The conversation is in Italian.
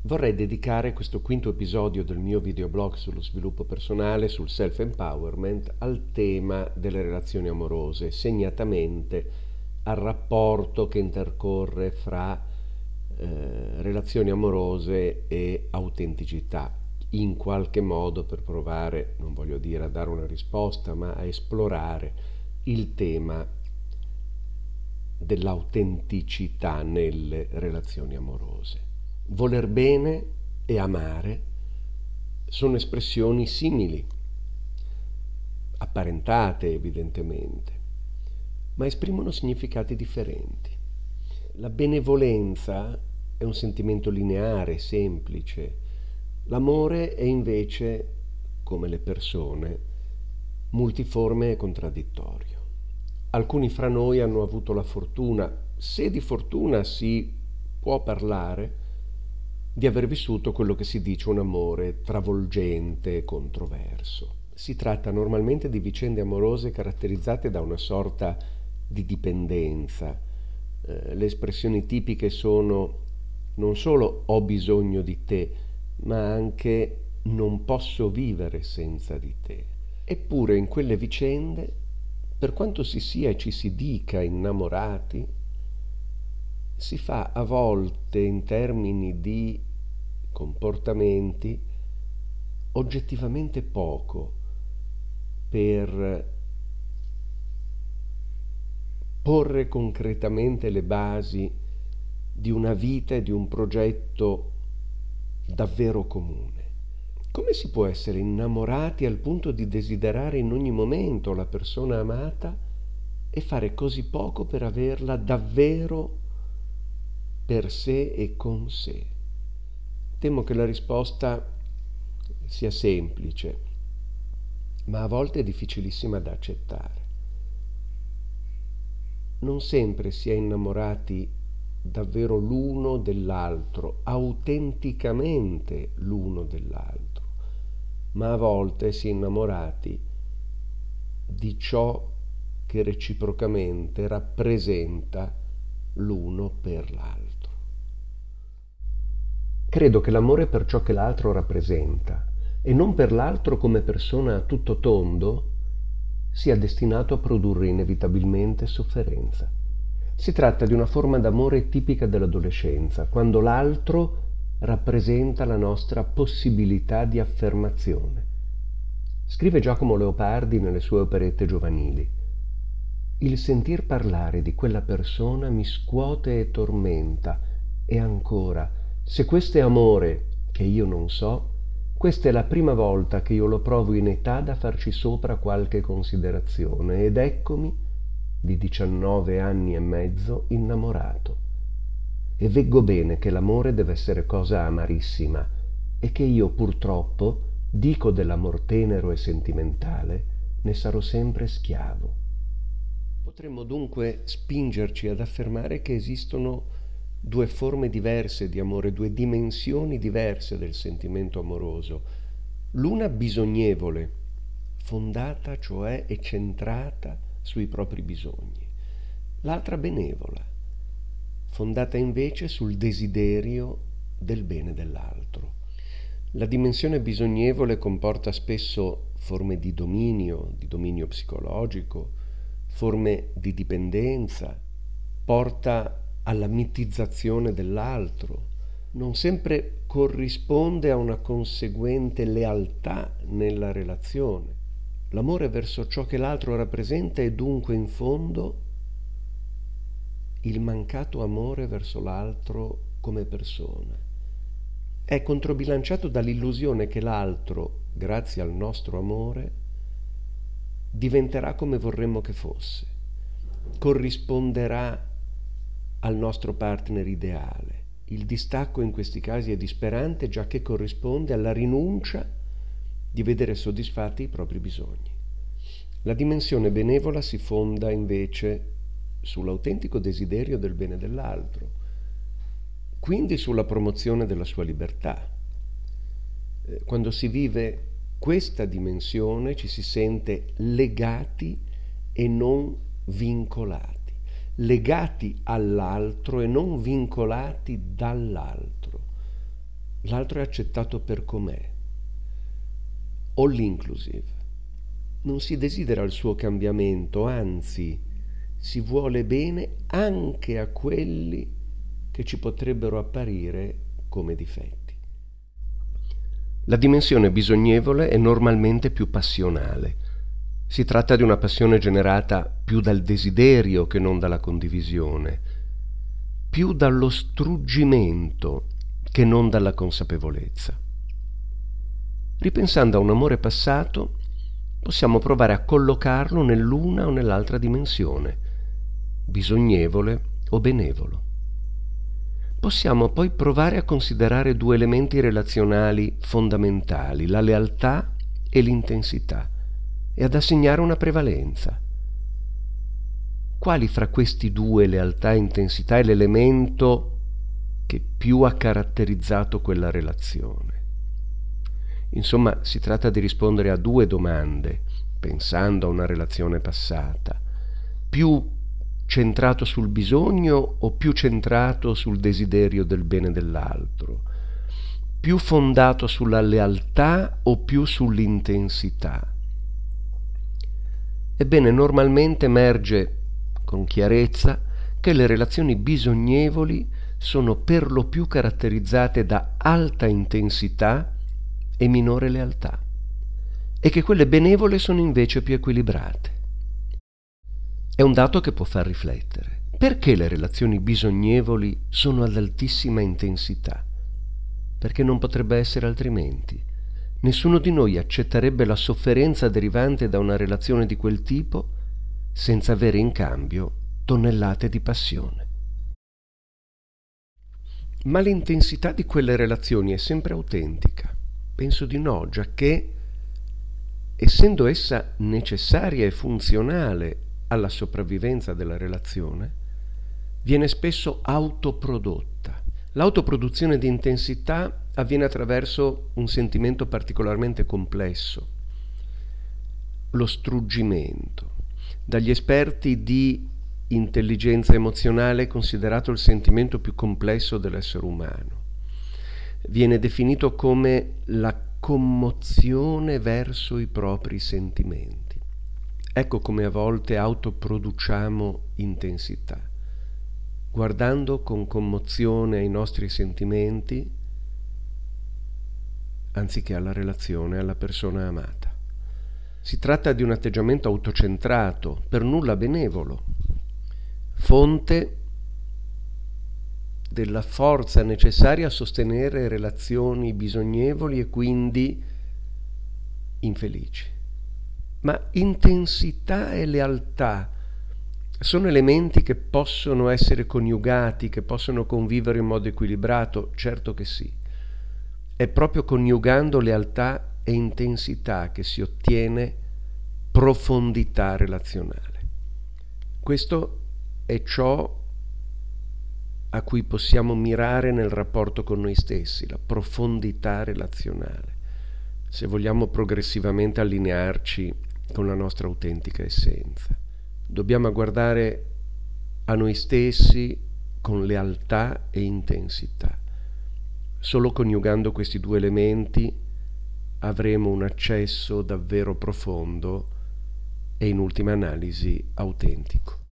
Vorrei dedicare questo quinto episodio del mio videoblog sullo sviluppo personale, sul self-empowerment, al tema delle relazioni amorose, segnatamente al rapporto che intercorre fra relazioni amorose e autenticità, in qualche modo per provare, non voglio dire a dare una risposta, ma a esplorare il tema dell'autenticità nelle relazioni amorose. Voler bene e amare sono espressioni simili, apparentate evidentemente, ma esprimono significati differenti. La benevolenza è un sentimento lineare, semplice. L'amore è invece, come le persone, multiforme e contraddittorio. Alcuni fra noi hanno avuto la fortuna, se di fortuna si può parlare, di aver vissuto quello che si dice un amore travolgente e controverso. Si tratta normalmente di vicende amorose caratterizzate da una sorta di dipendenza. Le espressioni tipiche sono non solo ho bisogno di te, ma anche non posso vivere senza di te. Eppure in quelle vicende, per quanto si sia e ci si dica innamorati, si fa a volte in termini di comportamenti oggettivamente poco per porre concretamente le basi di una vita e di un progetto davvero comune. Come si può essere innamorati al punto di desiderare in ogni momento la persona amata e fare così poco per averla davvero per sé e con sé? Temo che la risposta sia semplice, ma a volte è difficilissima da accettare. Non sempre si è innamorati davvero l'uno dell'altro, autenticamente l'uno dell'altro, ma a volte si è innamorati di ciò che reciprocamente rappresenta l'uno per l'altro. Credo che l'amore per ciò che l'altro rappresenta e non per l'altro come persona a tutto tondo sia destinato a produrre inevitabilmente sofferenza. Si tratta di una forma d'amore tipica dell'adolescenza, quando l'altro rappresenta la nostra possibilità di affermazione. Scrive Giacomo Leopardi nelle sue operette giovanili: il sentir parlare di quella persona mi scuote e tormenta, e ancora, se questo è amore che io non so, questa è la prima volta che io lo provo in età da farci sopra qualche considerazione, ed eccomi, di 19 anni e mezzo, innamorato. E veggo bene che l'amore deve essere cosa amarissima e che io purtroppo, dico dell'amor tenero e sentimentale, ne sarò sempre schiavo. Potremmo dunque spingerci ad affermare che esistono due forme diverse di amore, due dimensioni diverse del sentimento amoroso. L'una bisognevole, fondata cioè e centrata sui propri bisogni. L'altra benevola, fondata invece sul desiderio del bene dell'altro. La dimensione bisognevole comporta spesso forme di dominio psicologico, forme di dipendenza, porta alla mitizzazione dell'altro, non sempre corrisponde a una conseguente lealtà nella relazione. L'amore verso ciò che l'altro rappresenta è dunque in fondo il mancato amore verso l'altro come persona. È controbilanciato dall'illusione che l'altro, grazie al nostro amore, diventerà come vorremmo che fosse, corrisponderà al nostro partner ideale. Il distacco in questi casi è disperante, già che corrisponde alla rinuncia di vedere soddisfatti i propri bisogni. La dimensione benevola si fonda invece sull'autentico desiderio del bene dell'altro, quindi sulla promozione della sua libertà. Quando si vive questa dimensione ci si sente legati e non vincolati, legati all'altro e non vincolati dall'altro. l'altro è accettato per com'è. All inclusive. Non si desidera il suo cambiamento, anzi, si vuole bene anche a quelli che ci potrebbero apparire come difetti. La dimensione bisognevole è normalmente più passionale. Si tratta di una passione generata più dal desiderio che non dalla condivisione, più dallo struggimento che non dalla consapevolezza. Ripensando a un amore passato, possiamo provare a collocarlo nell'una o nell'altra dimensione, bisognevole o benevolo. Possiamo poi provare a considerare due elementi relazionali fondamentali, la lealtà e l'intensità, e ad assegnare una prevalenza. Quali fra questi due, lealtà e intensità, è l'elemento che più ha caratterizzato quella relazione? Insomma, si tratta di rispondere a due domande, pensando a una relazione passata. Più centrato sul bisogno o più centrato sul desiderio del bene dell'altro? Più fondato sulla lealtà o più sull'intensità? Ebbene, normalmente emerge con chiarezza che le relazioni bisognevoli sono per lo più caratterizzate da alta intensità e minore lealtà, e che quelle benevole sono invece più equilibrate. È un dato che può far riflettere. Perché le relazioni bisognevoli sono ad altissima intensità? Perché non potrebbe essere altrimenti. Nessuno di noi accetterebbe la sofferenza derivante da una relazione di quel tipo senza avere in cambio tonnellate di passione. Ma l'intensità di quelle relazioni è sempre autentica? Penso di no, giacché, essendo essa necessaria e funzionale alla sopravvivenza della relazione, viene spesso autoprodotta. L'autoproduzione di intensità avviene attraverso un sentimento particolarmente complesso, lo struggimento. Dagli esperti di intelligenza emozionale è considerato il sentimento più complesso dell'essere umano. Viene definito come la commozione verso i propri sentimenti. Ecco come a volte autoproduciamo intensità, guardando con commozione ai nostri sentimenti anziché alla relazione, alla persona amata. Si tratta di un atteggiamento autocentrato, per nulla benevolo, fonte della forza necessaria a sostenere relazioni bisognevoli e quindi infelici. Ma intensità e lealtà sono elementi che possono essere coniugati, che possono convivere in modo equilibrato? Certo che sì. È proprio coniugando lealtà e intensità che si ottiene profondità relazionale. Questo è ciò a cui possiamo mirare nel rapporto con noi stessi, la profondità relazionale, se vogliamo progressivamente allinearci con la nostra autentica essenza. Dobbiamo guardare a noi stessi con lealtà e intensità. Solo coniugando questi due elementi avremo un accesso davvero profondo e in ultima analisi autentico.